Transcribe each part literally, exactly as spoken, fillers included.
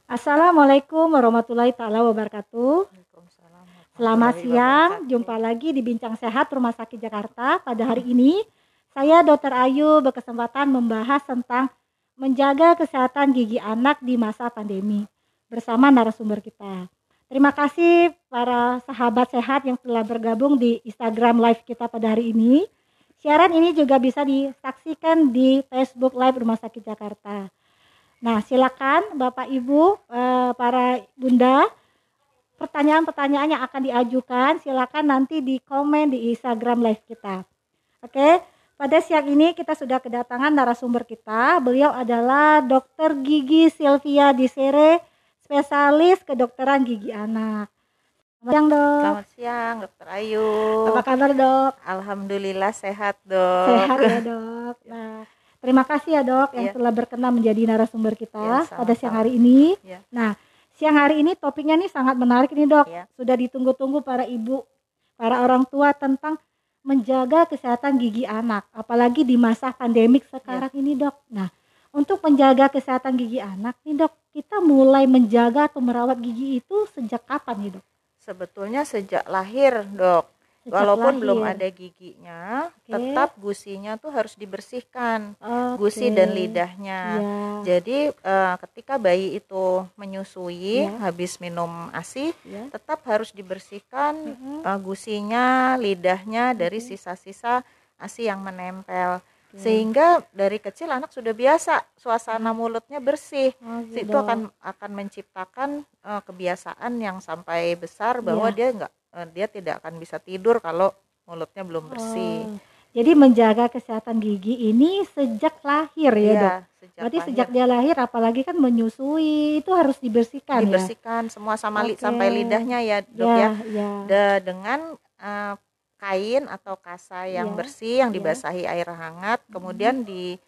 Assalamualaikum warahmatullahi taala wabarakatuh. Waalaikumsalam Selamat warahmatullahi siang, wabarakatuh. jumpa lagi di Bincang Sehat Rumah Sakit Jakarta. Pada hari ini, saya Dokter Ayu berkesempatan membahas tentang menjaga kesehatan gigi anak di masa pandemi bersama narasumber kita. Terima kasih para sahabat sehat yang telah bergabung di Instagram Live kita pada hari ini. Siaran ini juga bisa disaksikan di Facebook Live Rumah Sakit Jakarta. Nah, silakan Bapak Ibu, eh, para Bunda, pertanyaan-pertanyaan yang akan diajukan silakan nanti di komen di Instagram Live kita. Oke, pada siang ini kita sudah kedatangan narasumber kita. Beliau adalah Dokter Gigi Sylvia Disere, spesialis kedokteran gigi anak. Selamat siang, Dok. Selamat siang, Dokter Ayu. Apa kabar, Dok? Alhamdulillah sehat, Dok. Sehat ya, Dok. Nah, terima kasih ya, Dok, yang ya. telah berkenan menjadi narasumber kita ya, pada siang hari ini. Ya. Nah, siang hari ini topiknya nih sangat menarik nih, Dok. Ya. Sudah ditunggu-tunggu para ibu, para orang tua tentang menjaga kesehatan gigi anak, apalagi di masa pandemik sekarang ya. ini, Dok. Nah, untuk menjaga kesehatan gigi anak nih, Dok, kita mulai menjaga atau merawat gigi itu sejak kapan nih, Dok? Sebetulnya sejak lahir, Dok. Sejak Walaupun lahir. belum ada giginya, okay. tetap gusinya tuh harus dibersihkan, okay. gusi dan lidahnya. Yeah. Jadi uh, ketika bayi itu menyusui, yeah. habis minum ASI, yeah. tetap harus dibersihkan uh-huh. uh, gusinya, lidahnya okay. dari sisa-sisa ASI yang menempel. Okay. Sehingga dari kecil anak sudah biasa suasana mulutnya bersih. Oh, gitu. Itu akan akan menciptakan uh, kebiasaan yang sampai besar bahwa yeah. dia enggak uh, dia tidak akan bisa tidur kalau mulutnya belum bersih. Oh, jadi menjaga kesehatan gigi ini sejak lahir ya, yeah, Dok. Sejak Berarti lahir. Sejak dia lahir, apalagi kan menyusui itu harus dibersihkan. Dibersihkan ya? Semua sama okay. li, sampai lidahnya ya, Dok yeah, ya. Yeah. De, dengan uh, kain atau kasa yang yeah, bersih yang dibasahi yeah. air hangat, kemudian di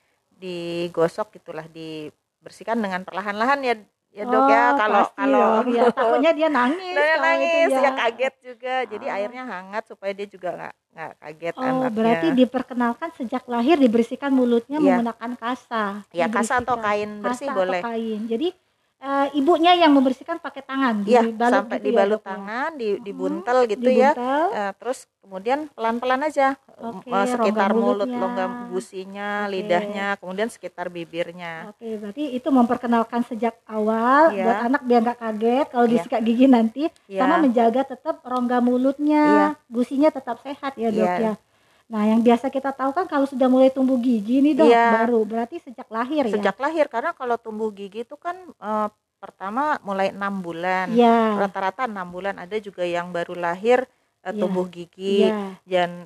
digosok gitulah, dibersihkan dengan perlahan-lahan ya ya Dok. Oh, ya kalau kalau ya. Takutnya dia nangis nah, nangis itu, ya. ya kaget juga, jadi oh. airnya hangat supaya dia juga nggak nggak kaget oh, anaknya. Berarti diperkenalkan sejak lahir dibersihkan mulutnya yeah. menggunakan kasa ya, kasa atau kain bersih kasa boleh atau kain. Jadi Uh, ibunya yang membersihkan pakai tangan, ya, dibalut sampai gitu dibalut ya, tangan, di, dibuntel gitu dibuntel. ya, uh, terus kemudian pelan-pelan aja okay, uh, sekitar mulut, mulutnya. longga gusinya, okay. lidahnya, kemudian sekitar bibirnya. Oke, okay, berarti itu memperkenalkan sejak awal yeah. buat anak biar nggak kaget kalau yeah. disikat gigi nanti, yeah. sama menjaga tetap rongga mulutnya, yeah. gusinya tetap sehat ya, Dok yeah. ya. Nah, yang biasa kita tahu kan kalau sudah mulai tumbuh gigi nih, Dok, yeah. baru berarti sejak lahir sejak ya. Sejak lahir, karena kalau tumbuh gigi itu kan uh, pertama mulai enam bulan, yeah. rata-rata enam bulan. Ada juga yang baru lahir uh, yeah. tumbuh gigi yeah. dan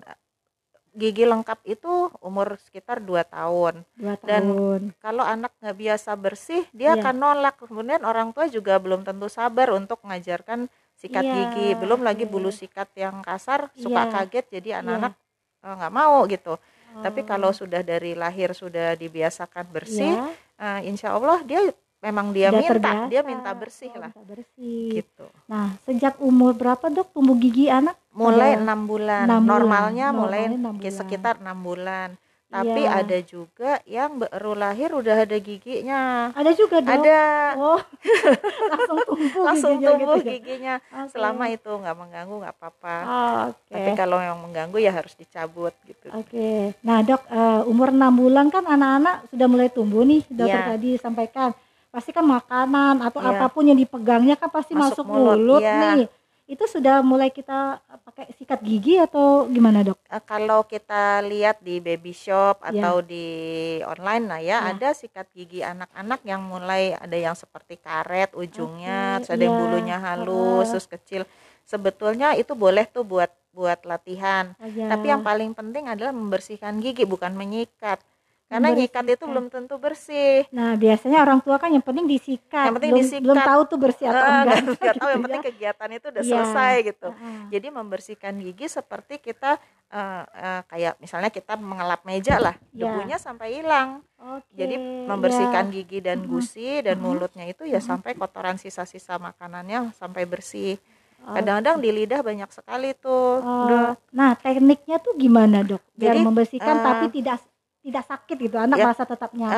gigi lengkap itu umur sekitar dua tahun. dua tahun. Dan kalau anak nggak biasa bersih, dia yeah. akan nolak. Kemudian orang tua juga belum tentu sabar untuk mengajarkan sikat yeah. gigi. Belum okay. lagi bulu sikat yang kasar, suka yeah. kaget, jadi anak-anak yeah. nggak mau gitu. Oh. Tapi kalau sudah dari lahir sudah dibiasakan bersih, yeah. uh, insya Allah dia memang dia Udah minta, terbiasa. dia minta bersih oh, lah. Minta bersih. Gitu. Nah, sejak umur berapa, Dok, tumbuh gigi anak? Mulai enam bulan. enam Normalnya bulan. mulai enam bulan. sekitar enam bulan. Tapi ya. ada juga yang baru lahir udah ada giginya. Ada juga, Dok? Ada. Oh, langsung tumbuh langsung giginya. tumbuh gitu, giginya. Okay. Selama itu nggak mengganggu nggak apa-apa. Oh, okay. Tapi kalau yang mengganggu ya harus dicabut gitu. Oke. Okay. Nah, Dok, uh, umur enam bulan kan anak-anak sudah mulai tumbuh nih, Dokter ya. Tadi sampaikan. Pasti kan makanan atau yeah. apapun yang dipegangnya kan pasti masuk, masuk mulut, mulut yeah. nih. Itu sudah mulai kita pakai sikat gigi atau gimana, Dok? Uh, kalau kita lihat di baby shop atau yeah. di online lah ya, yeah. ada sikat gigi anak-anak yang mulai ada yang seperti karet ujungnya, okay. terus ada yeah. yang bulunya halus, uh. terus kecil. Sebetulnya itu boleh tuh buat buat latihan. Uh, yeah. Tapi yang paling penting adalah membersihkan gigi, bukan menyikat. Karena nyikat itu belum tentu bersih. Nah, biasanya orang tua kan yang penting disikat. Yang penting belum, disikat. Belum tahu tuh bersih atau enggak. Enggak gitu tahu, yang ya. penting kegiatan itu udah yeah. selesai gitu. Uh-huh. Jadi membersihkan gigi seperti kita uh, uh, kayak misalnya kita mengelap meja lah, yeah. debunya sampai hilang. Okay. Jadi membersihkan yeah. gigi dan gusi dan uh-huh. mulutnya itu ya uh-huh. sampai kotoran sisa-sisa makanannya sampai bersih. Kadang-kadang di lidah banyak sekali tuh. Uh, nah, tekniknya tuh gimana, Dok? Biar Jadi, membersihkan uh, tapi tidak tidak sakit gitu, anak ya, merasa tetap nyaman. Uh,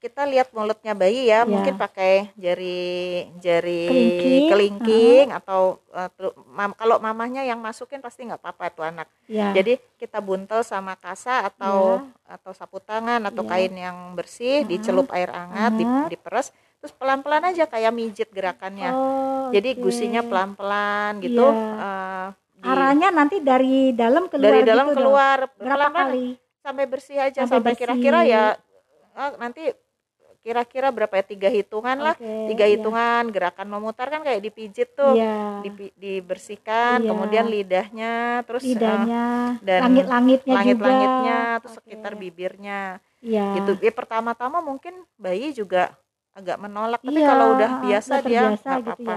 kita lihat mulutnya bayi ya, ya. Mungkin pakai jari jari kelingking, kelingking uh-huh. atau uh, mam, kalau mamahnya yang masukin pasti nggak apa-apa tuh anak. Ya. Jadi kita buntel sama kasa atau ya. atau sapu tangan atau ya. kain yang bersih, uh-huh. dicelup air hangat, uh-huh. diperes, terus pelan-pelan aja kayak mijit gerakannya. Oh, jadi okay. gusinya pelan-pelan gitu. Ya. Uh, di, Arahnya nanti dari dalam keluar. Dari dalam gitu keluar. Dong. Berapa pelan-pelan kali? Sampai bersih aja, sampai, sampai kira-kira ya uh, nanti kira-kira berapa ya, tiga hitungan lah, okay, tiga hitungan, yeah. gerakan memutar kan kayak dipijit tuh, yeah. Di, dibersihkan, yeah. kemudian lidahnya, terus lidahnya, uh, dan langit-langitnya langit-langitnya, juga. terus okay. sekitar bibirnya, yeah. gitu. Ya pertama-tama mungkin bayi juga agak menolak, tapi yeah, kalau udah biasa dia nggak gitu apa-apa. Ya.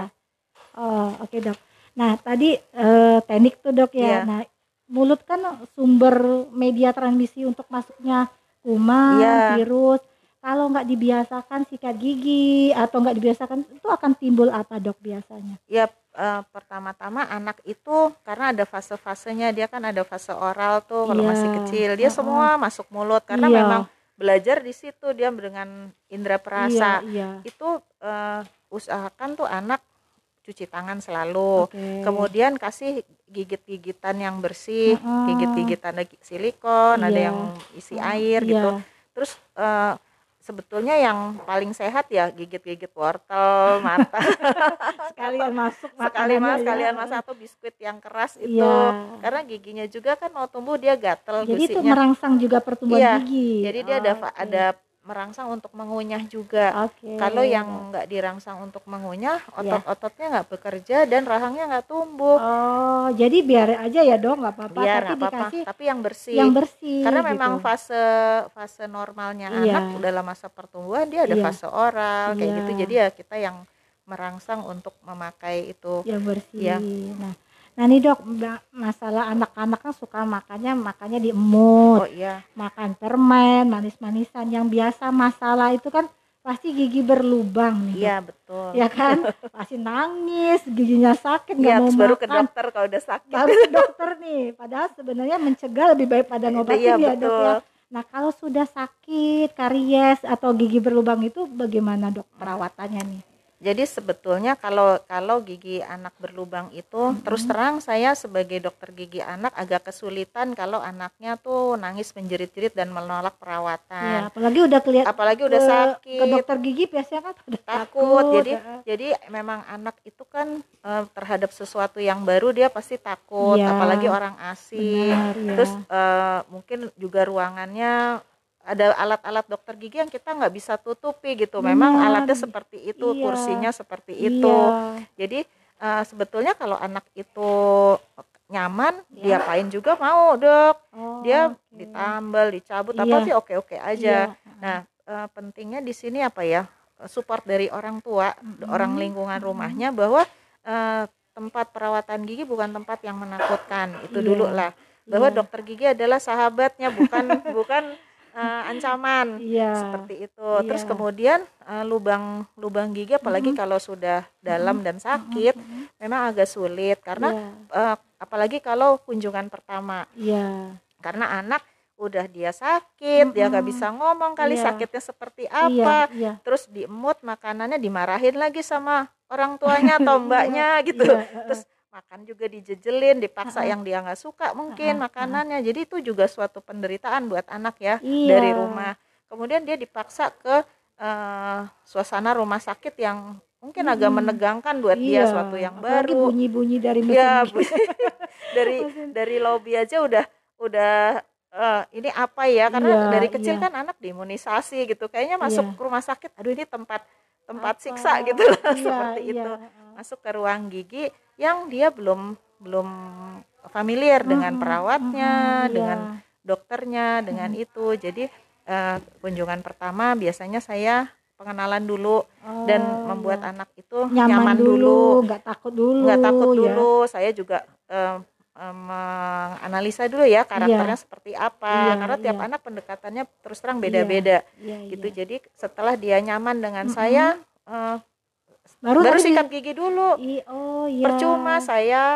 Oh oke okay, dok. Nah tadi uh, teknik tuh dok ya. Yeah. Nah mulut kan sumber media transmisi untuk masuknya kuman, yeah. virus. Kalau nggak dibiasakan sikat gigi atau nggak dibiasakan, itu akan timbul apa dok biasanya? Ya uh, pertama-tama anak itu karena ada fase-fasenya, dia kan ada fase oral tuh kalau yeah. masih kecil, dia uh-uh. semua masuk mulut karena yeah. memang belajar di situ dia dengan indera perasa. Yeah, yeah. Itu uh, usahakan tuh anak cuci tangan selalu, okay. kemudian kasih gigit-gigitan yang bersih, uh-uh. gigit-gigitan ada silikon, yeah. ada yang isi uh, air yeah. gitu. Terus uh, sebetulnya yang paling sehat ya gigit-gigit wortel, mata. sekalian masuk sekali mas, ya. sekalian mas atau biskuit yang keras itu. Ya. Karena giginya juga kan mau tumbuh dia gatel. Jadi gusinya. Itu merangsang juga pertumbuhan ya, gigi. Jadi dia oh, ada okay. ada merangsang untuk mengunyah juga. Okay. Kalau yang nggak dirangsang untuk mengunyah, otot-ototnya nggak bekerja dan rahangnya nggak tumbuh. Oh, jadi biar aja ya dong, nggak apa-apa. Biar tapi apa-apa. dikasih Tapi yang bersih. Yang bersih. Karena gitu. memang fase fase normalnya iya. anak dalam masa pertumbuhan dia ada iya. fase oral kayak iya. gitu. Jadi ya kita yang merangsang untuk memakai itu. Yang bersih. Ya. Nah. Nah nih dok, masalah anak-anak kan suka makannya makannya diemut, oh, iya. makan permen, manis-manisan. Yang biasa masalah itu kan pasti gigi berlubang nih. Iya betul. Ya kan, pasti nangis, giginya sakit, nggak ya, mau baru makan. Baru ke dokter kalau udah sakit. Baru ke dokter nih, padahal sebenarnya mencegah lebih baik pada ngobatin ya, ya betul. dok ya. Nah kalau sudah sakit, karies atau gigi berlubang itu bagaimana dok perawatannya nih? Jadi sebetulnya kalau kalau gigi anak berlubang itu mm-hmm. terus terang saya sebagai dokter gigi anak agak kesulitan kalau anaknya tuh nangis menjerit-jerit dan menolak perawatan. Ya, apalagi udah kelihatan apalagi udah ke, sakit. Ke dokter gigi biasanya kan udah takut. takut. Jadi ya. jadi memang anak itu kan uh, terhadap sesuatu yang baru dia pasti takut, ya. Apalagi orang asing. Benar, ya. Terus uh, mungkin juga ruangannya ada alat-alat dokter gigi yang kita nggak bisa tutupi gitu. Memang benar. Alatnya seperti itu, iya. kursinya seperti itu. Iya. Jadi uh, sebetulnya kalau anak itu nyaman, iya. diapain juga mau dok. Oh, dia okay. ditambal, dicabut, iya. apa sih oke-oke aja. Iya. Nah uh, pentingnya di sini apa ya? Support dari orang tua, mm-hmm. orang lingkungan rumahnya bahwa uh, tempat perawatan gigi bukan tempat yang menakutkan. Itu iya. dulu lah. Bahwa iya. dokter gigi adalah sahabatnya, bukan bukan Uh, ancaman yeah. seperti itu. Yeah. Terus kemudian uh, lubang lubang gigi apalagi mm-hmm. kalau sudah dalam mm-hmm. dan sakit mm-hmm. memang agak sulit karena yeah. uh, apalagi kalau kunjungan pertama. Yeah. Karena anak udah dia sakit, mm-hmm. dia nggak bisa ngomong kali yeah. sakitnya seperti apa. Yeah. Yeah. Terus diemut makanannya dimarahin lagi sama orang tuanya atau mbaknya gitu. Yeah. Terus makan juga dijejelin, dipaksa uh-uh. yang dia nggak suka mungkin uh-uh. makanannya. Jadi itu juga suatu penderitaan buat anak ya iya. dari rumah. Kemudian dia dipaksa ke uh, suasana rumah sakit yang mungkin hmm. agak menegangkan buat iya. dia, suatu yang apalagi baru. Bunyi-bunyi dari mesin. Ya, bunyi. dari dari lobby aja udah udah uh, ini apa ya? Karena iya, dari kecil iya. kan anak diimunisasi gitu. Kayaknya masuk iya. rumah sakit, aduh ini tempat tempat apa? siksa gitu lah iya, seperti iya. itu. Masuk ke ruang gigi yang dia belum belum familiar hmm, dengan perawatnya, hmm, dengan iya. dokternya, dengan hmm. itu. Jadi uh, kunjungan pertama biasanya saya pengenalan dulu oh, dan membuat iya. anak itu nyaman, nyaman dulu, nggak takut dulu, nggak takut dulu. Ya. Saya juga uh, uh, menganalisa dulu ya karakternya iya. seperti apa, iya, karena tiap iya. anak pendekatannya terus terang beda-beda, iya, iya, gitu. Iya. Jadi setelah dia nyaman dengan mm-hmm. saya. Uh, Baru, Baru sikat gigi dulu. I, oh, iya. Percuma saya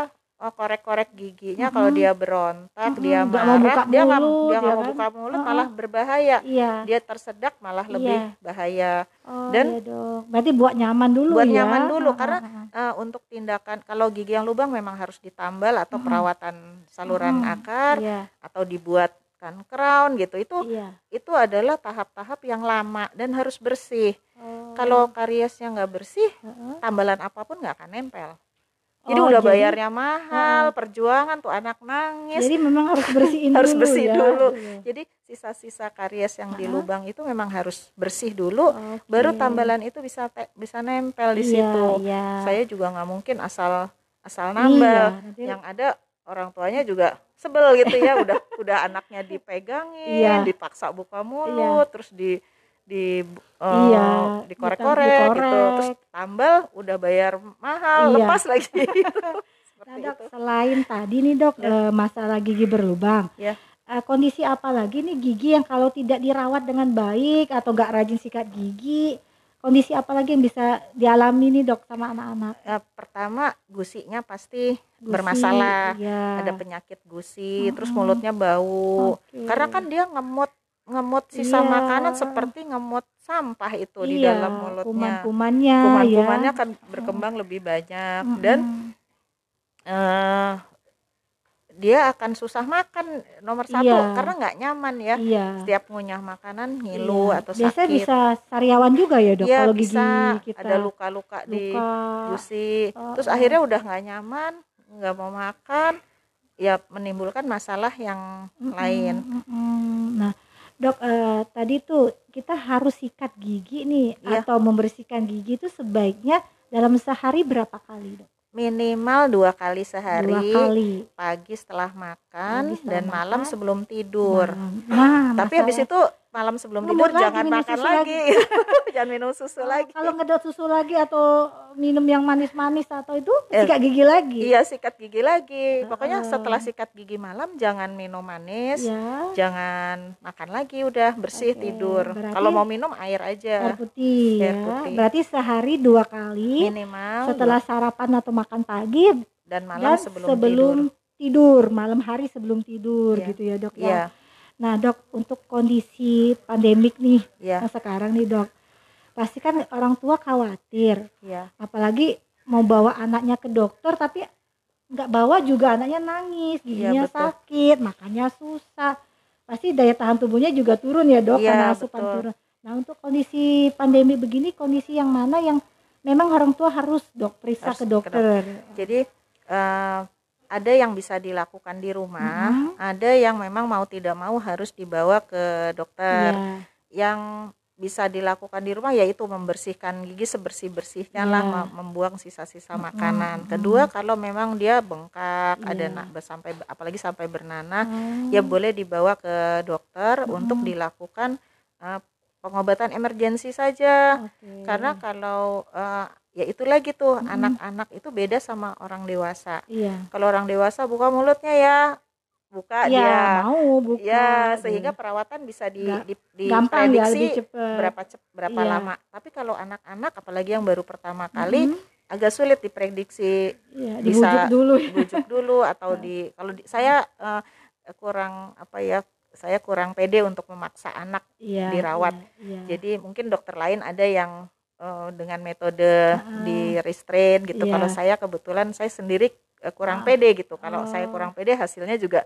oh, korek-korek giginya. Mm-hmm. Kalau dia berontak, mm-hmm. dia Nggak marah, mau buka dia nggak mulut, dia ya nggak mau kan? buka mulut, Uh-uh. malah berbahaya. Iya. Dia tersedak malah Iya. lebih bahaya. Oh, Dan iya dong. Berarti buat nyaman dulu buat ya. nyaman dulu Uh-uh. karena uh, untuk tindakan kalau gigi yang lubang memang harus ditambal atau uh-uh. perawatan saluran uh-uh. akar, iya. atau dibuatkan crown gitu. Itu iya. itu adalah tahap-tahap yang lama dan harus bersih. Oh. Kalau kariesnya nggak bersih, uh-uh. tambalan apapun nggak akan nempel. Jadi oh, udah jadi, bayarnya mahal, uh, perjuangan tuh anak nangis. Jadi memang harus bersihin harus dulu bersih ya. dulu. Jadi sisa-sisa karies yang uh-huh. di lubang itu memang harus bersih dulu, okay. baru tambalan itu bisa te- bisa nempel di iya, situ. Iya. Saya juga nggak mungkin asal asal nambal. Iya, nanti... Yang ada orang tuanya juga sebel gitu ya, udah udah anaknya dipegangin, iya. dipaksa buka mulut, iya. terus di di uh, iya, dikorek-korek gitu, terus tambal udah bayar mahal, iya. lepas lagi gitu. Nah, Dok, itu. Selain tadi nih Dok, ya. uh, masalah gigi berlubang, ya. uh, kondisi apa lagi nih gigi yang kalau tidak dirawat dengan baik atau gak rajin sikat gigi, kondisi apa lagi yang bisa dialami nih Dok sama anak-anak? Ya, pertama gusinya pasti gusi, bermasalah, ya. Ada penyakit gusi, mm-hmm. terus mulutnya bau, okay. karena kan dia ngemut ngemut sisa iya. makanan seperti ngemut sampah itu iya. di dalam mulutnya. Kuman-kumannya, kuman-kumannya ya. akan berkembang uh. lebih banyak uh-uh. dan uh, dia akan susah makan nomor satu iya. karena nggak nyaman ya. Iya. Setiap ngunyah makanan ngilu iya. atau sakit. Biasanya bisa sariawan juga ya Dok, ya, kalau bisa, gigi kita ada luka-luka Luka. di gusi. Oh, terus oh. akhirnya udah nggak nyaman, nggak mau makan, ya menimbulkan masalah yang mm-mm, lain. Mm-mm. Nah. Dok, eh, tadi tuh kita harus sikat gigi nih ya. Atau membersihkan gigi itu sebaiknya dalam sehari berapa kali Dok? Minimal dua kali sehari, dua kali. Pagi setelah makan pagi setelah dan makan, malam sebelum tidur. Nah, tapi habis itu malam sebelum tidur lagi, jangan makan lagi, lagi. Jangan minum susu oh, lagi. Kalau ngedot susu lagi atau minum yang manis-manis atau itu eh, sikat gigi lagi. Iya, sikat gigi lagi. Pokoknya uh, setelah sikat gigi malam jangan minum manis, ya. Jangan makan lagi, udah bersih okay. tidur. Kalau mau minum air aja. Air putih. Air ya. putih. Berarti sehari dua kali. Minimal. Setelah dua. Sarapan atau makan pagi dan malam dan sebelum, sebelum tidur. tidur. Malam hari sebelum tidur ya. Gitu ya Dok ya. Ya. Nah Dok, untuk kondisi pandemik nih ya. Nah sekarang nih Dok, pasti kan orang tua khawatir, ya. Apalagi mau bawa anaknya ke dokter tapi nggak bawa juga anaknya nangis, giginya ya, sakit, makannya susah, pasti daya tahan tubuhnya juga turun ya Dok, ya, karena asupan betul. turun. Nah untuk kondisi pandemi begini, kondisi yang mana yang memang orang tua harus Dok periksa harus ke dokter? Ke Jadi uh, ada yang bisa dilakukan di rumah, mm-hmm. ada yang memang mau tidak mau harus dibawa ke dokter. Yeah. Yang bisa dilakukan di rumah yaitu membersihkan gigi sebersih-bersihnya yeah. lah, membuang sisa-sisa mm-hmm. makanan. Kedua, kalau memang dia bengkak, yeah. ada nah, sampai apalagi sampai bernanah, mm. ya boleh dibawa ke dokter mm-hmm. untuk dilakukan uh, pengobatan emergensi saja. Okay. Karena kalau uh, ya itu lagi tuh mm-hmm. anak-anak itu beda sama orang dewasa. Iya. Kalau orang dewasa buka mulutnya ya buka ya, dia mau buka. Ya sehingga perawatan bisa di, di, di gampang prediksi ya, berapa cep, berapa iya. lama. Tapi kalau anak-anak apalagi yang baru pertama kali mm-hmm. agak sulit diprediksi. Ya, bisa dibujuk dulu. dibujuk dulu atau di kalau di, saya uh, kurang apa ya saya kurang pede untuk memaksa anak iya, dirawat. Iya, iya. Jadi mungkin dokter lain ada yang Uh, dengan metode uh, di restrain gitu. Iya. Kalau saya kebetulan saya sendiri uh, kurang oh. pede gitu. Kalau oh. saya kurang pede hasilnya juga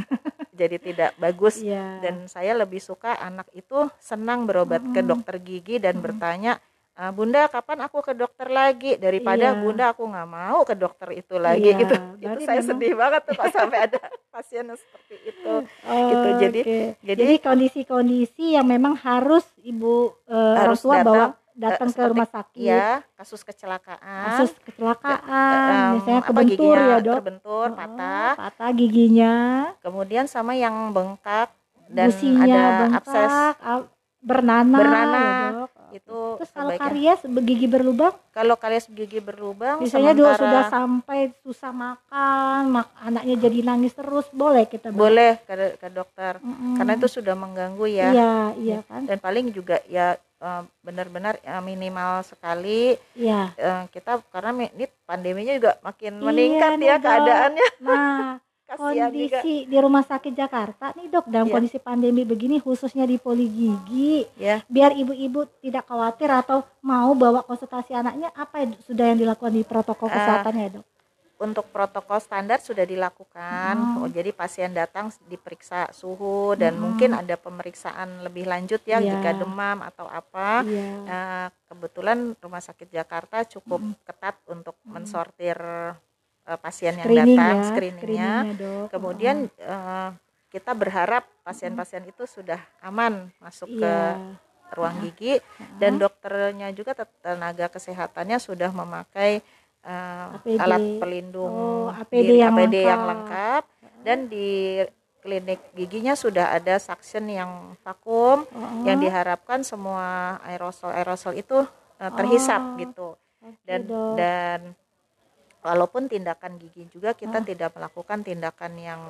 jadi tidak bagus. Iya. Dan saya lebih suka anak itu senang berobat uh-huh. ke dokter gigi dan uh-huh. bertanya, uh, Bunda kapan aku ke dokter lagi, daripada iya. Bunda aku nggak mau ke dokter itu lagi iya. gitu. Itu saya memang... sedih banget tuh kalau sampai ada pasien seperti itu. Oh, gitu. Jadi, okay. jadi jadi kondisi-kondisi yang memang harus ibu uh, harus orang tua datang, bawa datang uh, ke rumah sakit. Ya, kasus kecelakaan. Kasus kecelakaan, um, misalnya kebentur ya Dok. Terbentur, oh, patah. Patah giginya. Kemudian sama yang bengkak dan Gusinya ada bengkak, abses bernanah. Bernanah. Ya, Dok. Itu terus kalau karies gigi berlubang? Kalau karies gigi berlubang misalnya sementara, sudah sampai susah makan, mak, anaknya jadi nangis terus, boleh kita bawa? Boleh ke, ke dokter. Mm-hmm. Karena itu sudah mengganggu ya. Iya, iya kan. Dan paling juga ya uh, benar-benar uh, minimal sekali. Iya. Uh, kita karena ini pandeminya juga makin Iya, meningkat nih, ya Dok. keadaannya. Nah, Kasihan kondisi juga. di Rumah Sakit Jakarta nih Dok, dalam Iya. kondisi pandemi begini khususnya di poli gigi, Ya. biar ibu-ibu tidak khawatir atau mau bawa konsultasi anaknya, apa yang sudah yang dilakukan di protokol Uh, kesehatannya ya Dok? Untuk protokol standar sudah dilakukan. Oh. Oh, jadi pasien datang diperiksa suhu dan Hmm. mungkin ada pemeriksaan lebih lanjut ya, Iya. jika demam atau apa. Iya. Uh, kebetulan Rumah Sakit Jakarta cukup Hmm. ketat untuk Hmm. mensortir uh, pasien Screening yang datang, ya, screeningnya. screeningnya, Dok. Kemudian uh, kita berharap pasien-pasien itu sudah aman masuk Iya. ke ruang gigi, Uh-huh. dan dokternya juga, tenaga kesehatannya sudah memakai Uh, alat pelindung oh, A P D diri, yang A P D lengkap. yang lengkap, dan di klinik giginya sudah ada suction yang vakum, oh. yang diharapkan semua aerosol-aerosol itu uh, terhisap oh. gitu. Dan okay, dan walaupun tindakan gigi juga kita oh. tidak melakukan tindakan yang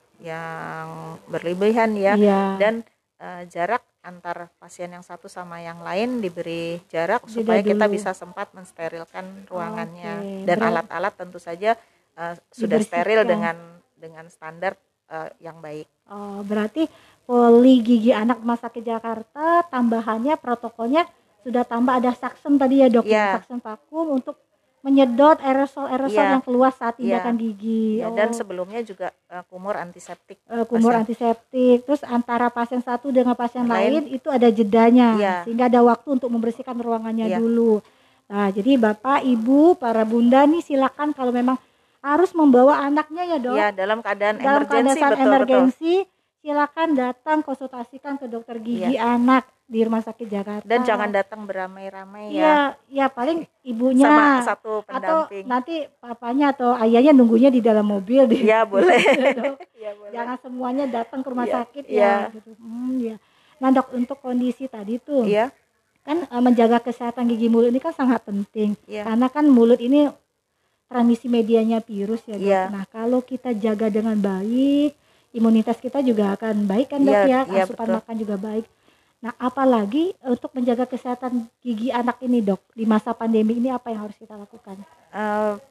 yang berlebihan ya, yeah. dan uh, jarak antar pasien yang satu sama yang lain diberi jarak Beda supaya dulu. Kita bisa sempat mensterilkan ruangannya, okay. dan Ber- alat-alat tentu saja uh, sudah steril dengan dengan standar uh, yang baik. Oh, berarti poli gigi anak Rumah Sakit Jakarta tambahannya protokolnya sudah tambah ada suction tadi ya Dok, yeah. suction vakum untuk menyedot aerosol-aerosol yeah. yang keluar saat tindakan yeah. gigi. Yeah, oh. Dan sebelumnya juga uh, kumur antiseptik. Uh, kumur pasien. antiseptik. Terus antara pasien satu dengan pasien lain, lain itu ada jedanya, yeah. sehingga ada waktu untuk membersihkan ruangannya yeah. dulu. Nah, jadi Bapak, Ibu, para Bunda nih silakan kalau memang harus membawa anaknya ya Dok. Ya, dalam keadaan dalam emergensi, keadaan betul, emergensi, silakan datang konsultasikan ke dokter gigi yeah. anak di Rumah Sakit Jakarta. Dan jangan datang beramai-ramai ya. Iya, ya paling ibunya sama satu pendamping. Atau nanti papanya atau ayahnya nunggunya di dalam mobil deh. Iya, boleh. ya, boleh. Jangan semuanya datang ke rumah ya, sakit ya. ya. Gitu. Hmm, ya. Nah Dok, untuk kondisi tadi tuh, ya. kan uh, menjaga kesehatan gigi mulut ini kan sangat penting. Ya. Karena kan mulut ini transmisi medianya virus ya Dok. Ya. Nah kalau kita jaga dengan baik, imunitas kita juga akan baik kan Dok ya, ya. Asupan ya, makan juga baik. Nah, apalagi untuk menjaga kesehatan gigi anak ini Dok, di masa pandemi ini apa yang harus kita lakukan? Uh,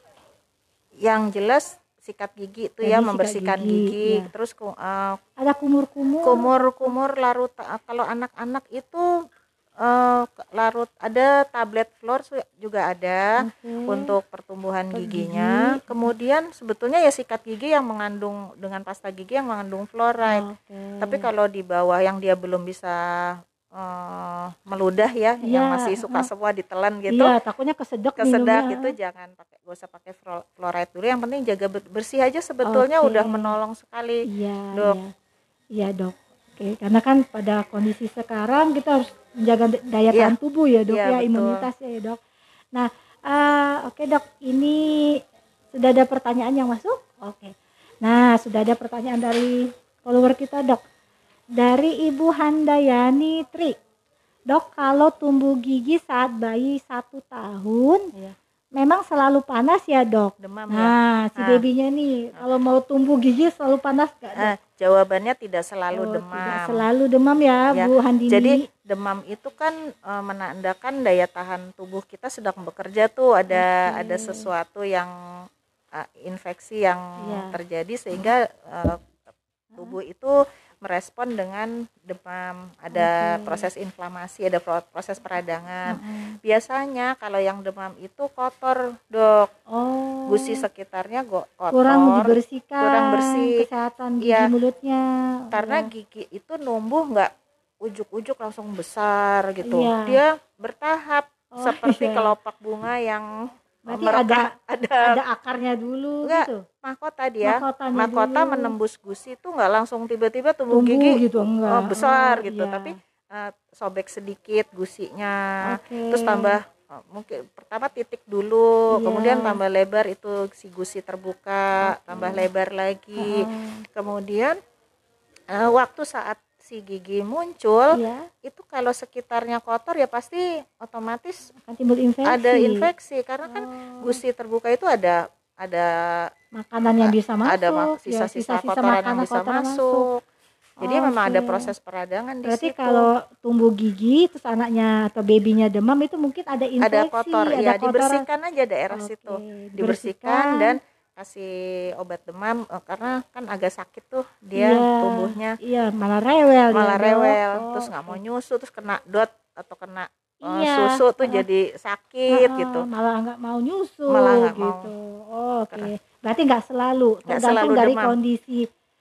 yang jelas sikat gigi itu Jadi, ya, membersihkan gigi, gigi. Ya. Terus uh, ada kumur-kumur. Kumur-kumur larut, uh, kalau anak-anak itu uh, larut, ada tablet fluor juga ada okay. untuk pertumbuhan Untuk giginya. Gigi. Kemudian sebetulnya ya sikat gigi yang mengandung dengan pasta gigi yang mengandung fluoride. Okay. Tapi kalau di bawah yang dia belum bisa uh, meludah ya, ya, yang masih suka uh, semua ditelan gitu. Iya, takutnya kesedek Kesedek gitu, jangan pakai, gak usah pakai fluoride dulu. Yang penting jaga bersih aja sebetulnya okay. udah menolong sekali, iya, Dok. Iya, iya Dok. Oke, karena kan pada kondisi sekarang kita harus menjaga daya tahan ya. tubuh ya Dok, ya, ya imunitas ya Dok. Nah, uh, oke Dok, ini sudah ada pertanyaan yang masuk? Oke. Nah, sudah ada pertanyaan dari follower kita Dok. Dari Ibu Handayani Tri. Dok, kalau tumbuh gigi saat bayi satu tahun, ya. memang selalu panas ya Dok? Demam nah, ya? si nah. babynya nih, kalau mau tumbuh gigi selalu panas gak Dok? Uh, jawabannya tidak selalu oh, demam. Tidak selalu demam ya, ya. Bu Handini. Jadi demam itu kan e, menandakan daya tahan tubuh kita sedang bekerja tuh, ada okay. ada sesuatu yang e, infeksi yang ya. terjadi sehingga e, tubuh itu merespon dengan demam, ada okay. proses inflamasi, ada proses peradangan. Uh-huh. Biasanya kalau yang demam itu kotor Dok, oh. gusi sekitarnya go- kotor, kurang dibersihkan, kurang bersih, kesehatan gigi ya, mulutnya. Karena ya. gigi itu numbuh nggak ujuk-ujuk langsung besar gitu, ya. dia bertahap oh, seperti iya. kelopak bunga yang Berarti ada, ada ada akarnya dulu enggak, gitu. Mahkota dia. Mahkotanya mahkota dulu. menembus gusi itu enggak langsung tiba-tiba tumbuh, tumbuh gigi gitu, oh, besar oh, gitu, iya. tapi uh, sobek sedikit gusinya. Okay. Terus tambah uh, mungkin pertama titik dulu, iya. kemudian tambah lebar itu si gusi terbuka, okay. tambah lebar lagi. Uh-huh. Kemudian uh, waktu saat si gigi muncul, iya. itu kalau sekitarnya kotor ya pasti otomatis akan timbul infeksi. Ada infeksi karena oh. kan gusi terbuka itu ada ada makanan yang bisa masuk, ada sisa-sisa, ya, sisa-sisa kotoran yang bisa masuk. masuk. Jadi okay. memang ada proses peradangan di Berarti situ. kalau tumbuh gigi terus anaknya atau babynya demam itu mungkin ada infeksi, ada kotor, ada ya kotoran. Dibersihkan aja daerah okay. situ, dibersihkan, dibersihkan dan kasih obat demam uh, karena kan agak sakit tuh dia iya, tumbuhnya. Iya, malah rewel. Malah ya, rewel, oh, terus nggak okay. mau nyusu, terus kena dot atau kena uh, iya, susu tuh uh, jadi sakit uh, uh, gitu. Malah nggak mau nyusu. Malah nggak gitu. mau. Oh, Oke. Okay. Berarti nggak selalu, gak tergantung selalu dari demam. kondisi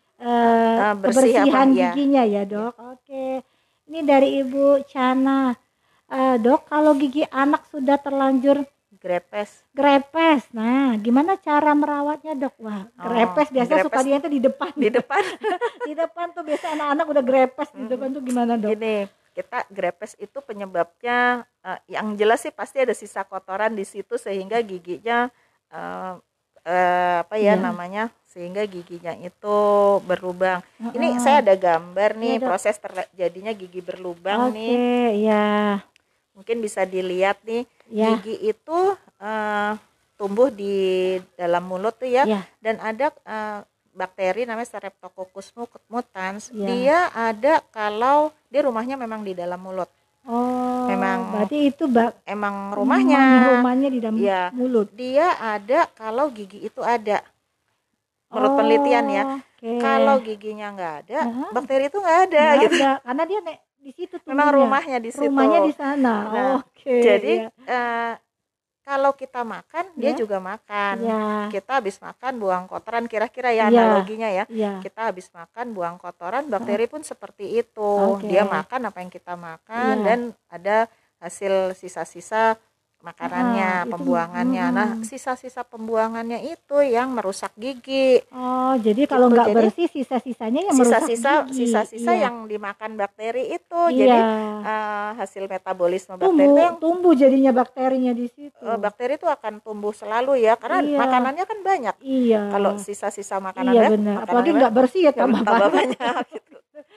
uh, uh, bersih kebersihan apa, giginya ya, ya dok. Ya. Oke. Okay. Ini dari Ibu Chana. Uh, dok, kalau gigi anak sudah terlanjur grepes. Grepes. Nah, gimana cara merawatnya, Dok? Wah, grepes oh, biasanya suka dia itu di depan. Di depan. Di depan tuh biasa anak-anak udah grepes di depan tuh gimana, Dok? Gini, kita grepes itu penyebabnya uh, yang jelas sih pasti ada sisa kotoran di situ sehingga giginya uh, uh, apa ya, ya namanya? Sehingga giginya itu berlubang. Uh-uh. Ini saya ada gambar nih ya, proses terjadinya gigi berlubang okay, nih. Oke, ya. Mungkin bisa dilihat nih, ya. Gigi itu uh, tumbuh di dalam mulut tuh ya, ya. Dan ada uh, bakteri namanya Streptococcus mutans. Ya. Dia ada kalau dia rumahnya memang di dalam mulut. Oh, memang berarti itu bak emang rumahnya. Rumahnya di dalam ya. mulut. Dia ada kalau gigi itu ada. Menurut oh, penelitian ya, okay. Kalau giginya nggak ada, uh-huh. bakteri itu nggak ada. Nggak gitu. ada, karena dia nek di situ tuh. Memang rumahnya di situ. Rumahnya di sana. Nah, Oke. Okay, jadi ya. uh, kalau kita makan, ya. Dia juga makan. Ya. Kita habis makan buang kotoran, kira-kira ya, ya. Analoginya ya. ya. Kita habis makan buang kotoran, bakteri pun seperti itu. Okay. Dia makan apa yang kita makan ya. Dan ada hasil sisa-sisa makanannya, ah, pembuangannya. Itu, hmm. Nah, sisa-sisa pembuangannya itu yang merusak gigi. Oh, jadi kalau nggak gitu. Bersih, sisa-sisanya yang merusak sisa-sisa, gigi. Sisa-sisa iya. Yang dimakan bakteri itu. Iya. Jadi uh, hasil metabolisme tumbuh, bakteri itu yang tumbuh jadinya bakterinya di situ. Uh, bakteri itu akan tumbuh selalu ya, karena iya. Makanannya kan banyak. Iya. Kalau sisa-sisa makanan iya, benar. Apalagi nggak bersih ya tambah, tambah banyak. Gitu.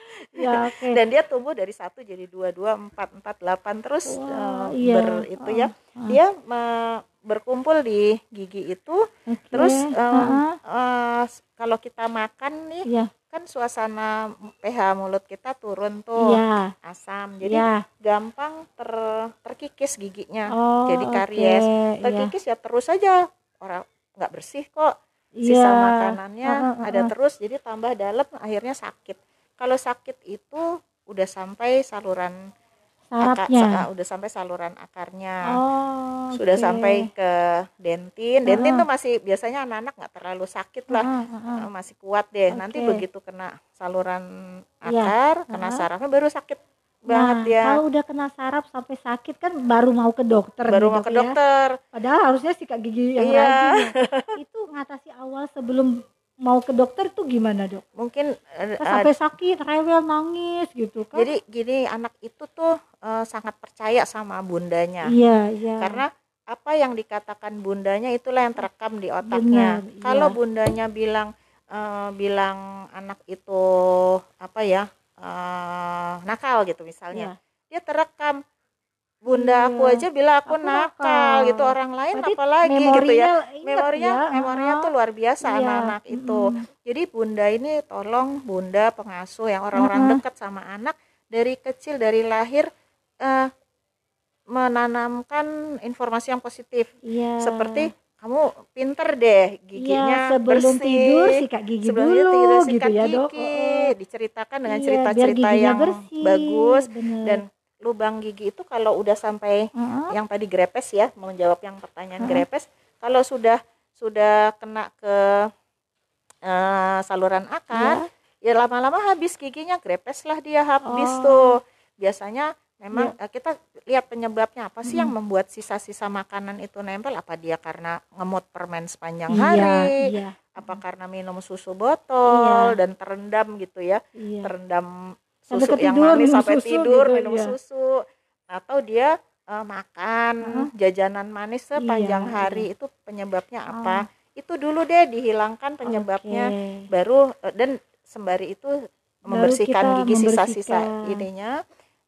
Ya, okay. Dan dia tumbuh dari satu jadi dua, dua, empat, empat, delapan terus wow, uh, iya. ber itu ya. Uh, dia uh, berkumpul di gigi itu. Okay. Terus um, uh-huh. uh, kalau kita makan nih, yeah. kan suasana pH mulut kita turun tuh, yeah. asam. Jadi yeah. gampang ter terkikis giginya. Oh, jadi karies. Okay. Terkikis yeah. ya terus aja. Orang nggak bersih kok. Sisa yeah. makanannya uh, uh, uh, ada terus, jadi tambah dalam, akhirnya sakit. Kalau sakit itu udah sampai saluran sarafnya, akar, udah sampai saluran akarnya, oh, sudah okay. sampai ke dentin. Dentin uh-huh. tuh masih biasanya anak-anak nggak terlalu sakit lah, uh-huh, uh-huh. masih kuat deh. Okay. Nanti begitu kena saluran akar, yeah. kena uh-huh. sarafnya baru sakit nah, banget ya. Kalau udah kena saraf sampai sakit kan baru mau ke dokter. Baru mau ke ya. dokter. Padahal harusnya sikat gigi yang yeah. rajin. Ya. Itu ngatasi awal sebelum mau ke dokter tuh gimana, Dok? Mungkin uh, sampai sakit, rewel, nangis gitu kan. Jadi gini, anak itu tuh uh, sangat percaya sama bundanya. Iya, iya. Karena apa yang dikatakan bundanya itulah yang terekam di otaknya. Benar, kalau iya. bundanya bilang uh, bilang anak itu apa ya? Uh, nakal gitu misalnya. Iya. Dia terekam. Bunda iya. aku aja bilang aku, aku nakal, nakal gitu, orang lain berarti apalagi gitu ya. Memorinya ya. memorinya tuh luar biasa iya. anak-anak mm. itu. Jadi bunda ini tolong, bunda pengasuh yang orang-orang uh-huh. dekat sama anak dari kecil, dari lahir uh, menanamkan informasi yang positif. Iya. Seperti kamu pinter deh, giginya iya, sebelum bersih, tidur sikat gigi sebelum dulu tidur sikat gitu ya, gigi, Dok. Oh. Diceritakan dengan iya, cerita-cerita yang bersih, bagus. bener. Dan lubang gigi itu kalau udah sampai uh-huh. yang tadi grepes ya, mau menjawab yang pertanyaan uh-huh. grepes, kalau sudah sudah kena ke uh, saluran akar, yeah. ya lama-lama habis giginya, grepes lah dia habis oh. tuh. Biasanya memang yeah. uh, kita lihat penyebabnya apa sih uh-huh. yang membuat sisa-sisa makanan itu nempel, apa dia karena ngemut permen sepanjang hari, yeah, yeah. apa karena minum susu botol yeah. dan terendam gitu ya, yeah. terendam susu yang manis sampai tidur gitu, minum ya. susu, atau dia uh, makan uh-huh. jajanan manis sepanjang iya, hari iya. Itu penyebabnya apa? Oh. Itu dulu deh dihilangkan penyebabnya, okay. baru uh, dan sembari itu membersihkan gigi membersihkan. Sisa-sisa ininya,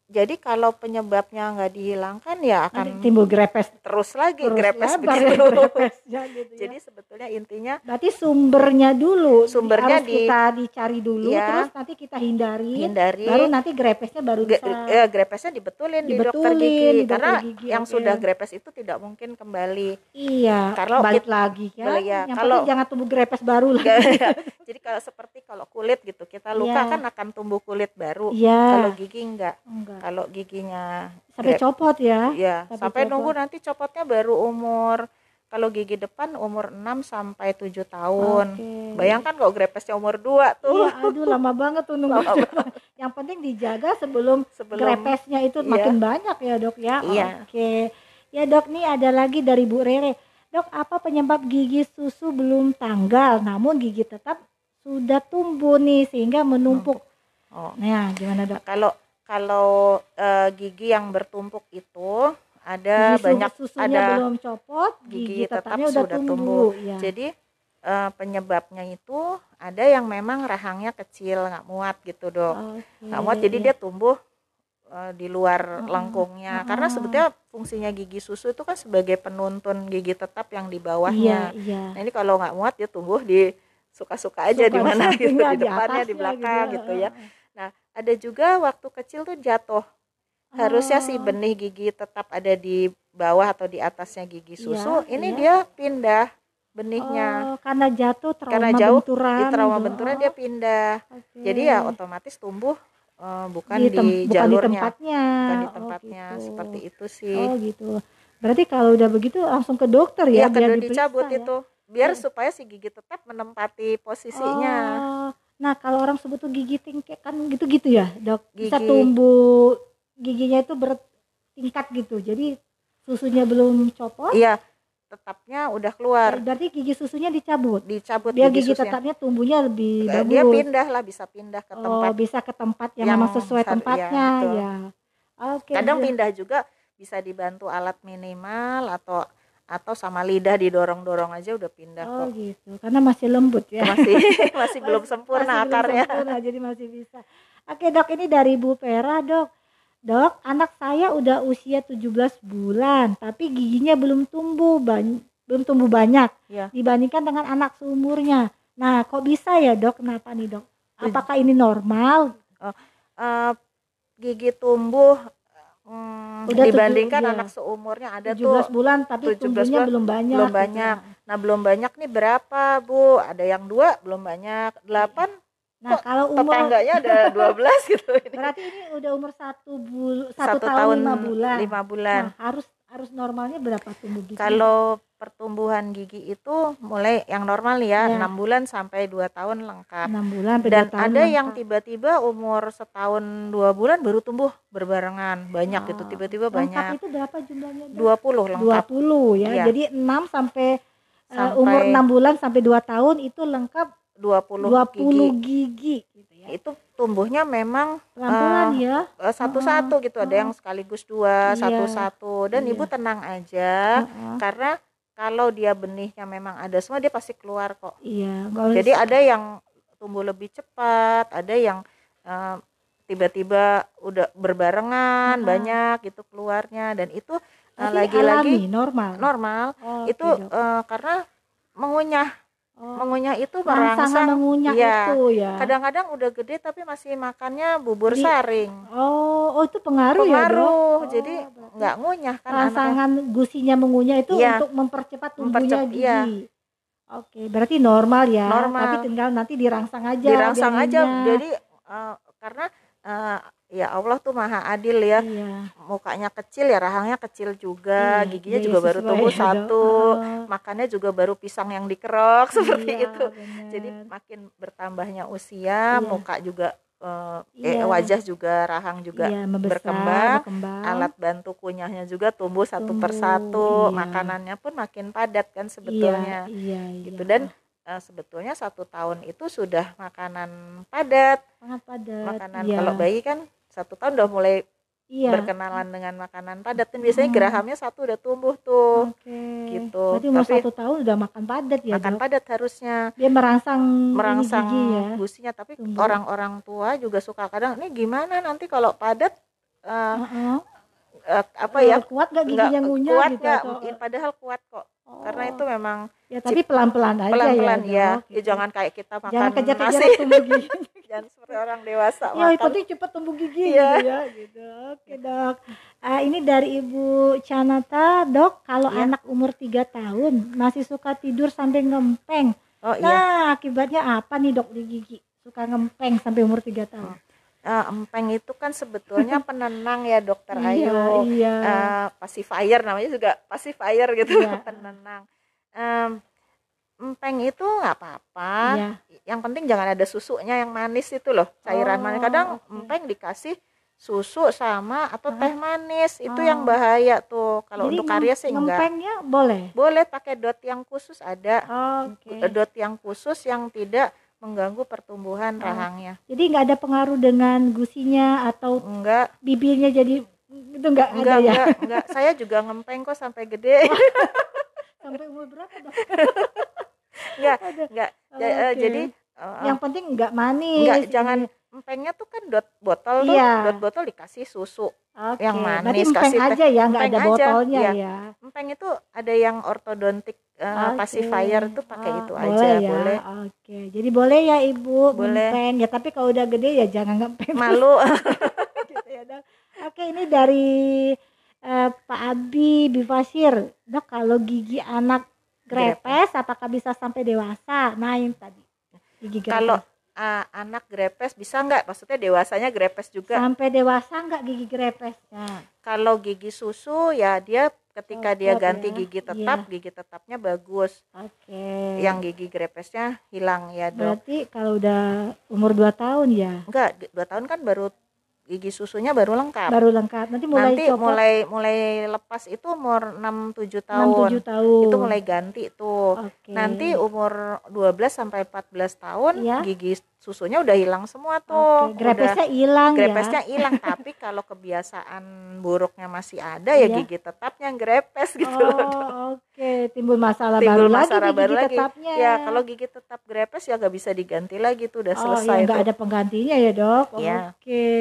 jadi kalau penyebabnya nggak dihilangkan ya akan nanti timbul grepes terus lagi, terus grepes lebar begitu. ya, grepesnya gitu ya. Jadi sebetulnya intinya berarti sumbernya dulu sumbernya harus di, kita dicari dulu, ya, terus nanti kita hindari, hindari, baru nanti grepesnya baru bisa ya, grepesnya dibetulin, dibetulin di dokter gigi, di dokter karena gigi, yang okay. sudah grepes itu tidak mungkin kembali. Iya, kalau balik kita, lagi kan. Ya, yang kalau penting jangan tumbuh grepes baru lagi. Jadi kalau seperti kalau kulit gitu, kita luka ya. kan akan tumbuh kulit baru. Ya. Kalau gigi enggak. enggak. Kalau giginya sampai grep, copot ya. Ya, sampai, sampai copot. nunggu nanti copotnya baru umur, kalau gigi depan umur enam sampai tujuh tahun. Okay. Bayangkan kalau grepesnya umur dua tuh. Iya, aduh lama banget tuh nunggu. Yang penting dijaga sebelum, sebelum grepesnya itu iya. makin banyak ya, Dok ya. Iya. Oke. Okay. Ya, Dok, nih ada lagi dari Bu Rere. Dok, apa penyebab gigi susu belum tanggal namun gigi tetap sudah tumbuh nih sehingga menumpuk? Oh. Nah, gimana, Dok? Kalau kalau uh, gigi yang bertumpuk itu ada gigi banyak, susunya ada belum copot, gigi, gigi tetapnya tetap udah sudah tumbuh. tumbuh. Ya. Jadi uh, penyebabnya itu ada yang memang rahangnya kecil, nggak muat gitu, Dok. Okay. Nggak muat, jadi dia tumbuh uh, di luar uh-huh. lengkungnya. Uh-huh. Karena sebetulnya fungsinya gigi susu itu kan sebagai penuntun gigi tetap yang di bawahnya. Iya, iya. Nah ini kalau nggak muat dia tumbuh di suka-suka aja di mana gitu, di depannya, di belakang gitu, gitu ya. Nah, ada juga waktu kecil tuh jatuh. Harusnya oh. si benih gigi tetap ada di bawah atau di atasnya gigi susu. Ya, ini ya. dia pindah benihnya. Oh, karena jatuh trauma karena jauh, benturan. Di trauma benturan oh. dia pindah. Okay. Jadi ya otomatis tumbuh uh, bukan di, tem- di bukan jalurnya. Di tempatnya. Bukan di tempatnya. Oh, gitu. Seperti itu sih. Oh gitu. Berarti kalau udah begitu langsung ke dokter ya, ya biar dicabut ya? itu. Biar ya. supaya si gigi tetap menempati posisinya. Oh. Nah, kalau orang sebut tuh gigi tingkat kan gitu-gitu ya, Dok. Gigi. Bisa tumbuh giginya itu bertingkat gitu. Jadi susunya belum copot. Iya, tetapnya udah keluar. Berarti gigi susunya dicabut. Dicabut biar gigi, gigi tetapnya tumbuhnya lebih Dia bagus. Dia pindah lah, bisa pindah ke tempat. Oh, bisa ke tempat yang, yang memang sesuai har- tempatnya ya. ya. Oke. Kadang pindah juga bisa dibantu alat minimal atau atau sama lidah didorong-dorong aja udah pindah oh, kok. Oh gitu, karena masih lembut ya. Masih masih belum sempurna masih akarnya. Belum sempurna, jadi masih bisa. Oke, Dok, ini dari Bu Pera, Dok. Dok, anak saya udah usia tujuh belas bulan, tapi giginya belum tumbuh banyak, belum tumbuh banyak ya. Dibandingkan dengan anak seumurnya. Nah, kok bisa ya, Dok? Kenapa nih, Dok? Apakah ini normal? Oh, uh, gigi tumbuh Hmm, udah dibandingkan tujuh, anak ya. seumurnya ada tujuh belas tuh bulan tapi tumbuhnya bulan, belum banyak. Belum banyak. Gitu. Nah, belum banyak nih berapa, Bu? Ada yang dua belum banyak, delapan. Nah, kok kalau umur tetangganya ada dua belas gitu. Berarti ini udah umur satu bul satu, satu tahun, tahun lima bulan. lima bulan. Nah, harus harus normalnya berapa tumbuh gigi? Kalau pertumbuhan gigi itu mulai yang normal ya, ya. enam bulan sampai dua tahun lengkap. enam bulan sampai Dan dua tahun ada lengkap. yang tiba-tiba umur setahun dua bulan baru tumbuh berbarengan. Banyak oh, itu tiba-tiba lengkap banyak. Itu berapa jumlahnya? dua puluh lengkap. dua puluh ya. ya. Jadi enam sampai, sampai uh, umur enam bulan sampai dua tahun itu lengkap dua puluh, dua puluh gigi. gigi gitu ya. Itu tumbuhnya memang pelan-pelan uh, ya. Satu-satu uh, gitu. Ada uh, yang sekaligus dua, iya, satu-satu. Dan iya. Ibu tenang aja uh-uh. karena kalau dia benihnya memang ada semua dia pasti keluar kok. Iya. Jadi ada yang tumbuh lebih cepat, ada yang uh, tiba-tiba udah berbarengan uh-huh. banyak gitu keluarnya dan itu uh, lagi-lagi normal. Normal. Oh, itu okay, uh, karena mengunyah. Oh, mengunyah itu merangsang mengunyah ya, itu ya. Kadang-kadang udah gede tapi masih makannya bubur Di, saring. Oh, oh itu pengaruh, pengaruh ya, Dok? Jadi oh, nggak ngunyah kan rangsangan anaknya. Gusinya mengunyah itu ya, untuk mempercepat tumbuhnya mempercep, gigi. Ya. Oke, berarti normal ya. Normal. Tapi tinggal nanti dirangsang aja. Dirangsang aja. Biarinnya. Jadi uh, karena uh, ya Allah tuh maha adil ya. Iya. Mukanya kecil ya rahangnya kecil juga, iya, giginya iya, juga baru tumbuh ya, satu, oh. makannya juga baru pisang yang dikerok seperti iya, itu. bener. Jadi makin bertambahnya usia, iya. muka juga uh, iya. eh, wajah juga rahang juga iya, membesar, berkembang, berkembang, alat bantu kunyahnya juga tumbuh satu tumbuh, persatu, iya. makanannya pun makin padat kan sebetulnya. Iya, iya, gitu iya. Dan uh, sebetulnya satu tahun itu sudah makanan padat. Sangat padat. Makanan iya. kalau bayi kan satu tahun udah mulai iya. berkenalan dengan makanan padat. Dan biasanya hmm. gerahamnya satu udah tumbuh tuh. Okay. Gitu. Berarti umur Tapi, satu tahun udah makan padat ya, makan Dok? padat harusnya. Dia merangsang merangsang gigi ya. Gusinya. Tapi tumbuh. Orang-orang tua juga suka kadang, ini gimana nanti kalau padat uh, uh-uh. uh, apa ya, kuat nggak giginya ngunyah kuat gitu nggak, atau... padahal kuat kok. Oh. Karena itu memang ya tapi pelan-pelan aja pelan-pelan ya, ya, gitu. Ya jangan kayak kita makan jangan kejar-kejar nasi tumbuh gigi. Jangan seperti orang dewasa ya makan. yang penting cepat tumbuh gigi yeah. gitu ya gitu. Oke dok, uh, ini dari Ibu Canata. Dok, kalau yeah. anak umur tiga tahun masih suka tidur sampai ngempeng, oh, nah iya. akibatnya apa nih dok di gigi suka ngempeng sampai umur tiga tahun? Oh. Uh, empeng itu kan sebetulnya penenang ya dokter Ayu. Iya, iya. Uh, pacifier namanya juga pacifier gitu, iya. penenang. Um, empeng itu nggak apa-apa. Iya. Yang penting jangan ada susunya yang manis itu loh, cairan oh, manis. Kadang okay. empeng dikasih susu sama atau teh manis, itu oh. yang bahaya tuh. Kalau untuk karies sih enggak. Empengnya boleh? Boleh pakai dot yang khusus ada. Oh, okay. Dot yang khusus yang tidak mengganggu pertumbuhan oh. rahangnya. Jadi nggak ada pengaruh dengan gusinya atau enggak bibirnya jadi itu nggak ada enggak, ya? Enggak, enggak. Saya juga ngempeng kok sampai gede. Sampai umur berapa dok? enggak, enggak. Oh, okay. Jadi uh, yang penting enggak manis. Enggak, jangan empengnya tuh kan dot botol tuh, iya. dot botol dikasih susu. Okay. Yang manis. Berarti empeng kasih aja ya, nggak ada botolnya ya. ya. Empeng itu ada yang ortodontik uh, okay. pacifier tuh pakai oh, itu boleh aja, ya? boleh. Oke, okay. Jadi boleh ya ibu boleh. Ngempeng ya, tapi kalau udah gede ya jangan ngempeng. Malu. Gitu ya, Dok. Oke, ini dari uh, Pak Abi Bifasir. Dok, kalau gigi anak grepes, grepes apakah bisa sampai dewasa? Nah, yang tadi gigi grepes. Kalau uh, anak grepes bisa nggak? Maksudnya dewasanya grepes juga? Sampai dewasa nggak gigi grepesnya? Kalau gigi susu ya dia ketika oh, dia ganti ya. gigi tetap, iya. gigi tetapnya bagus. Oke. Okay. Yang gigi grepesnya hilang ya dok. Berarti kalau udah umur dua tahun ya? Enggak, dua tahun kan baru gigi susunya baru lengkap. Baru lengkap. Nanti mulai Nanti copot. mulai mulai lepas itu umur enam tujuh tahun. enam tujuh tahun. Itu mulai ganti tuh. Okay. Nanti umur dua belas sampai empat belas tahun ya? Gigi susunya udah hilang semua tuh. Okay. Grepesnya hilang ya. Grepesnya hilang, tapi kalau kebiasaan buruknya masih ada ya yeah. gigi tetapnya grepes gitu. Oh, oke. Okay. Timbul masalah Timbul baru masalah lagi baru gigi lagi. tetapnya. Ya, kalau gigi tetap grepes ya gak bisa diganti lagi tuh, udah oh, selesai ya, tuh. Gak ada penggantinya ya, Dok. Yeah. Oke. Okay.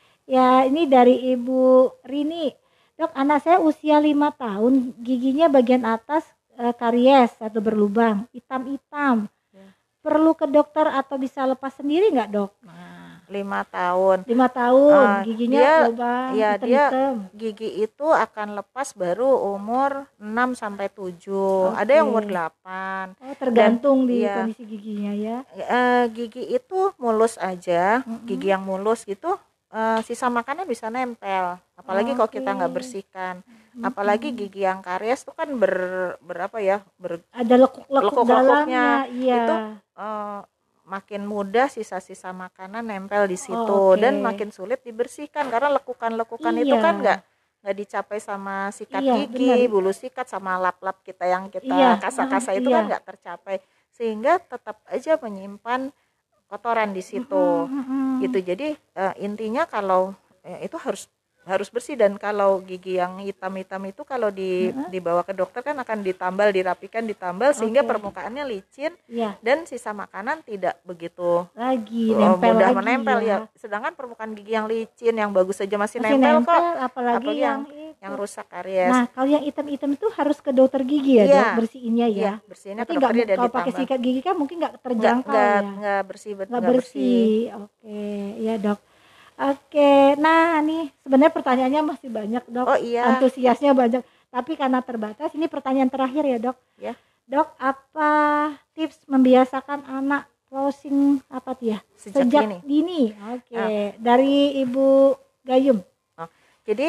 Ya, ini dari Ibu Rini. Dok, anak saya usia lima tahun, giginya bagian atas e, karies atau berlubang, hitam-hitam. Ya. Perlu ke dokter atau bisa lepas sendiri nggak dok? Nah, lima tahun. Lima tahun, uh, giginya dia, lubang, ya, hitam-hitam. Dia gigi itu akan lepas baru umur enam sampai tujuh. Okay. Ada yang umur delapan. Oh, tergantung Dan, di ya, kondisi giginya ya. E, gigi itu mulus aja, mm-hmm. gigi yang mulus gitu. Uh, sisa makanan bisa nempel, apalagi oh, kalau kita nggak bersihkan, hmm. apalagi gigi yang karies itu kan ber berapa ya ber ada lekuk-lekuk dalamnya, iya. Itu uh, makin mudah sisa-sisa makanan nempel di situ oh, okay. dan makin sulit dibersihkan karena lekukan-lekukan iya. itu kan nggak nggak dicapai sama sikat iya, gigi, benar. Bulu sikat sama lap-lap kita yang kita iya. kasa-kasa itu iya. kan nggak tercapai, sehingga tetap aja menyimpan kotoran di situ, mm-hmm. gitu. Jadi uh, intinya kalau ya, itu harus harus bersih, dan kalau gigi yang hitam-hitam itu kalau di, mm-hmm. dibawa ke dokter kan akan ditambal, dirapikan, ditambal okay. sehingga permukaannya licin yeah. dan sisa makanan tidak begitu lagi uh, nempel mudah lagi menempel ya. ya. Sedangkan permukaan gigi yang licin, yang bagus saja masih, masih nempel, nempel kok, apalagi, apalagi yang yang rusak karies. Nah, kalau yang hitam-hitam itu harus ke dokter gigi ya, yeah. dok, bersihinnya ya. Yeah, bersihinnya ke dokter dan kalau pakai sikat gigi kan mungkin nggak terjangkau nggak, ya. Nggak bersih, nggak bersih. bersih. Oke, ya dok. Oke, nah nih sebenarnya pertanyaannya masih banyak dok. Oh iya. Antusiasnya banyak. Tapi karena terbatas, ini pertanyaan terakhir ya dok. Ya. Dok, apa tips membiasakan anak flossing apa tuh ya? Sejak, Sejak dini. dini. Oke, oh. Dari Ibu Gayum. Oh, jadi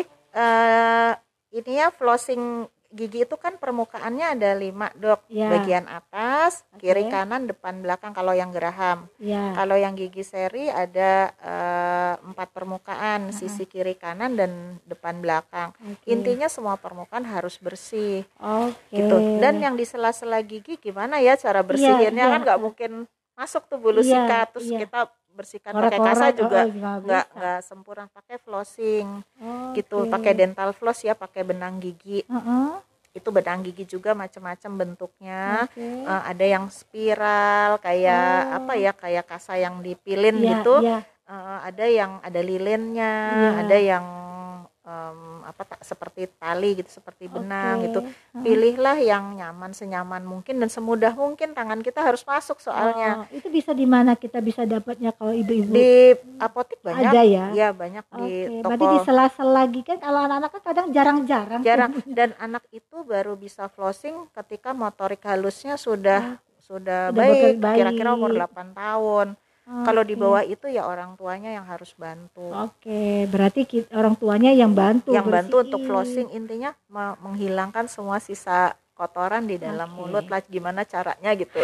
Uh, ini ya flossing gigi itu kan permukaannya ada lima dok, ya. Bagian atas, okay. kiri, kanan, depan, belakang kalau yang geraham. Ya. Kalau yang gigi seri ada uh, empat permukaan, uh-huh. sisi kiri, kanan, dan depan, belakang. Okay. Intinya semua permukaan harus bersih, okay. gitu. Dan yang di sela-sela gigi gimana ya cara bersihinnya, ya, kan nggak ya. mungkin masuk tuh bulu ya, sikat terus ya. kita bersihkan pakai kasa juga nggak oh, nggak sempurna, pakai flossing oh, gitu, okay. pakai dental floss ya, pakai benang gigi. Uh-uh. Itu benang gigi juga macam-macam bentuknya. Okay. Uh, ada yang spiral kayak oh. apa ya, kayak kasa yang dipilin yeah, gitu. Yeah. Uh, ada yang ada lilinnya, yeah. ada yang apa tak seperti tali gitu, seperti benang Oke. gitu. Pilihlah yang nyaman, senyaman mungkin dan semudah mungkin, tangan kita harus masuk soalnya. Oh, itu bisa di mana kita bisa dapatnya kalau ibu-ibu? Di apotek banyak. Ada ya? Iya, banyak di Oke, toko. berarti di sela-sela gigi kan kalau anak-anak kan kadang jarang-jarang. Jarang. tubuhnya. Dan anak itu baru bisa flossing ketika motorik halusnya sudah sudah Udah baik, baik. kira-kira umur delapan tahun. Oke. Kalau di bawah itu ya orang tuanya yang harus bantu. Oke, berarti ki- orang tuanya yang bantu Yang bantu bersihin. untuk flossing, intinya me- menghilangkan semua sisa kotoran di dalam Oke. mulut lah, gimana caranya gitu.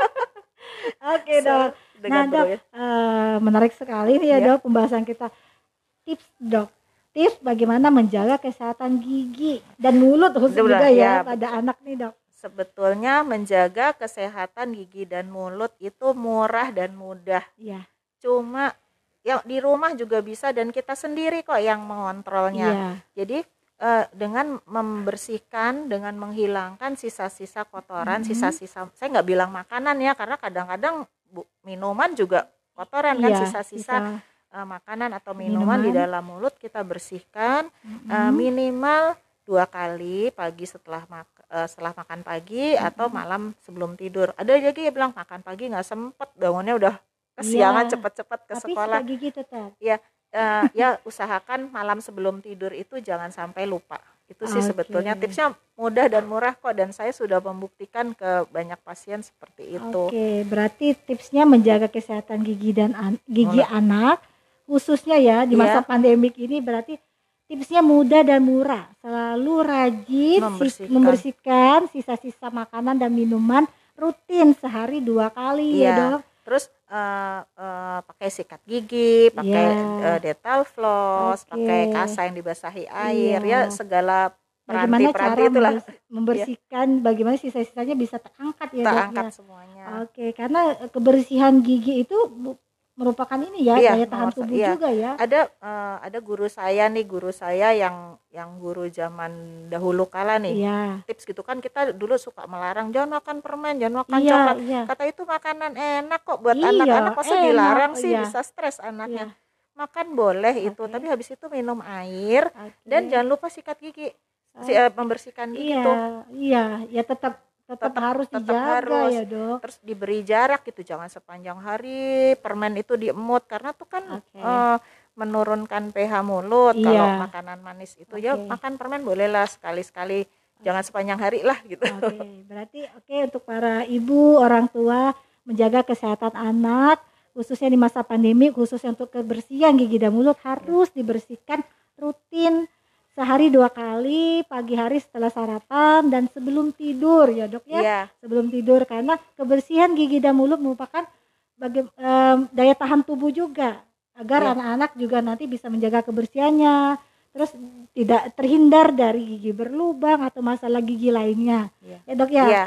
Oke So, dok. Nah dengan dok, bro ya. eh, menarik sekali nih ya Iya. dok pembahasan kita. Tips dok, tips bagaimana menjaga kesehatan gigi dan mulut khusus Udah, juga ya ya, pada anak nih dok. Sebetulnya menjaga kesehatan gigi dan mulut itu murah dan mudah. Iya. Cuma yang di rumah juga bisa dan kita sendiri kok yang mengontrolnya. Iya. Jadi eh, dengan membersihkan, dengan menghilangkan sisa-sisa kotoran, Mhm. sisa-sisa, saya nggak bilang makanan ya, karena kadang-kadang bu, minuman juga kotoran kan, Iya, sisa-sisa sisa. eh, makanan atau minuman, Minuman. di dalam mulut kita bersihkan Mhm. eh, minimal dua kali, pagi setelah mak eh, setelah makan pagi atau malam sebelum tidur. Ada lagi yang bilang makan pagi nggak sempet, bangunnya udah kesiangan, Iya. cepet-cepet ke Tapi sekolah. sikat gigi tetap. Ya, eh, ya usahakan malam sebelum tidur itu jangan sampai lupa. Itu sih Oke. sebetulnya tipsnya mudah dan murah kok, dan saya sudah membuktikan ke banyak pasien seperti itu. Oke, berarti tipsnya menjaga kesehatan gigi dan an- gigi Mulut. anak khususnya ya di masa Iya. pandemik ini, berarti tipsnya mudah dan murah. Selalu rajin si- Membersihkan. membersihkan sisa-sisa makanan dan minuman rutin sehari dua kali ya Iya. dok. Terus eh, eh, pakai sikat gigi, pakai Iya. eh, dental floss, Oke. pakai kasa yang dibasahi air, Iya. ya segala Bagaimana cara peranti-peranti itulah members- membersihkan, bagaimana sisa-sisanya bisa terangkat ya kita dok angkat ya. semuanya. Oke, karena eh, kebersihan gigi itu bu- merupakan ini ya, Iya, daya tahan nomor sa- tubuh iya. juga ya. Ada eh, ada guru saya nih, guru saya yang yang guru zaman dahulu kala nih. Iya. Tips gitu kan, kita dulu suka melarang jangan makan permen, jangan makan Iya, coklat. iya. Kata itu makanan enak kok buat Iya, anak-anak, masa enak, dilarang sih, iya. bisa stres anaknya. Iya. Makan boleh itu, Oke. tapi habis itu minum air Oke. dan jangan lupa sikat gigi. Si, eh, membersihkan gigi Iya, tuh. iya, ya tetap tetap Tetap- harus tetap dijaga harus. ya dok. Terus diberi jarak gitu, jangan sepanjang hari permen itu diemut, karena tuh kan Oke. eh, menurunkan pH mulut. Iya. Kalau makanan manis itu ya Oke. makan permen bolehlah sekali-sekali, jangan sepanjang hari lah gitu. Oke, berarti oke untuk para ibu, orang tua menjaga kesehatan anak khususnya di masa pandemi, khususnya untuk kebersihan gigi dan mulut harus dibersihkan rutin sehari dua kali, pagi hari setelah sarapan dan sebelum tidur ya dok ya. Iya, Sebelum tidur, karena kebersihan gigi dan mulut merupakan baga- em, daya tahan tubuh juga agar Iya. anak-anak juga nanti bisa menjaga kebersihannya, terus tidak terhindar dari gigi berlubang atau masalah gigi lainnya. Iya. Ya dok ya. iya.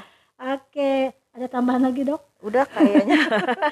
Oke, ada tambahan lagi dok? Udah kayaknya.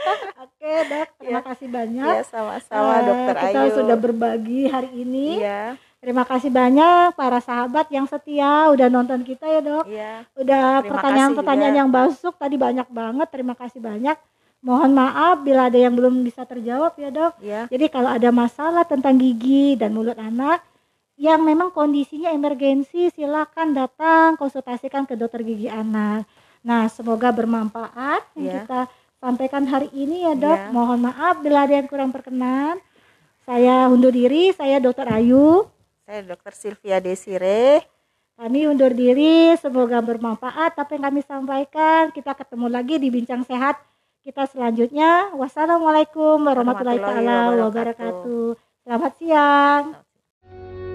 Oke dok, terima kasih banyak. Iya, sama-sama Eh, Dokter kita Ayu. sudah berbagi hari ini. Iya, Terima kasih banyak para sahabat yang setia udah nonton kita ya dok. iya. Udah Terima pertanyaan-pertanyaan kasih yang masuk tadi banyak banget. Terima kasih banyak. Mohon maaf bila ada yang belum bisa terjawab ya dok. Iya. Jadi kalau ada masalah tentang gigi dan mulut anak yang memang kondisinya emergensi, silakan datang konsultasikan ke dokter gigi anak. Nah, semoga bermanfaat yang Iya. kita sampaikan hari ini ya dok. Iya. Mohon maaf bila ada yang kurang berkenan. Saya undur diri, saya dokter Ayu. Saya Dokter Sylvia Desire. Kami undur diri, semoga bermanfaat apa yang kami sampaikan. Kita ketemu lagi di Bincang Sehat kita selanjutnya. Wassalamualaikum warahmatullahi Warahmatullahi taala wabarakatuh. Selamat siang.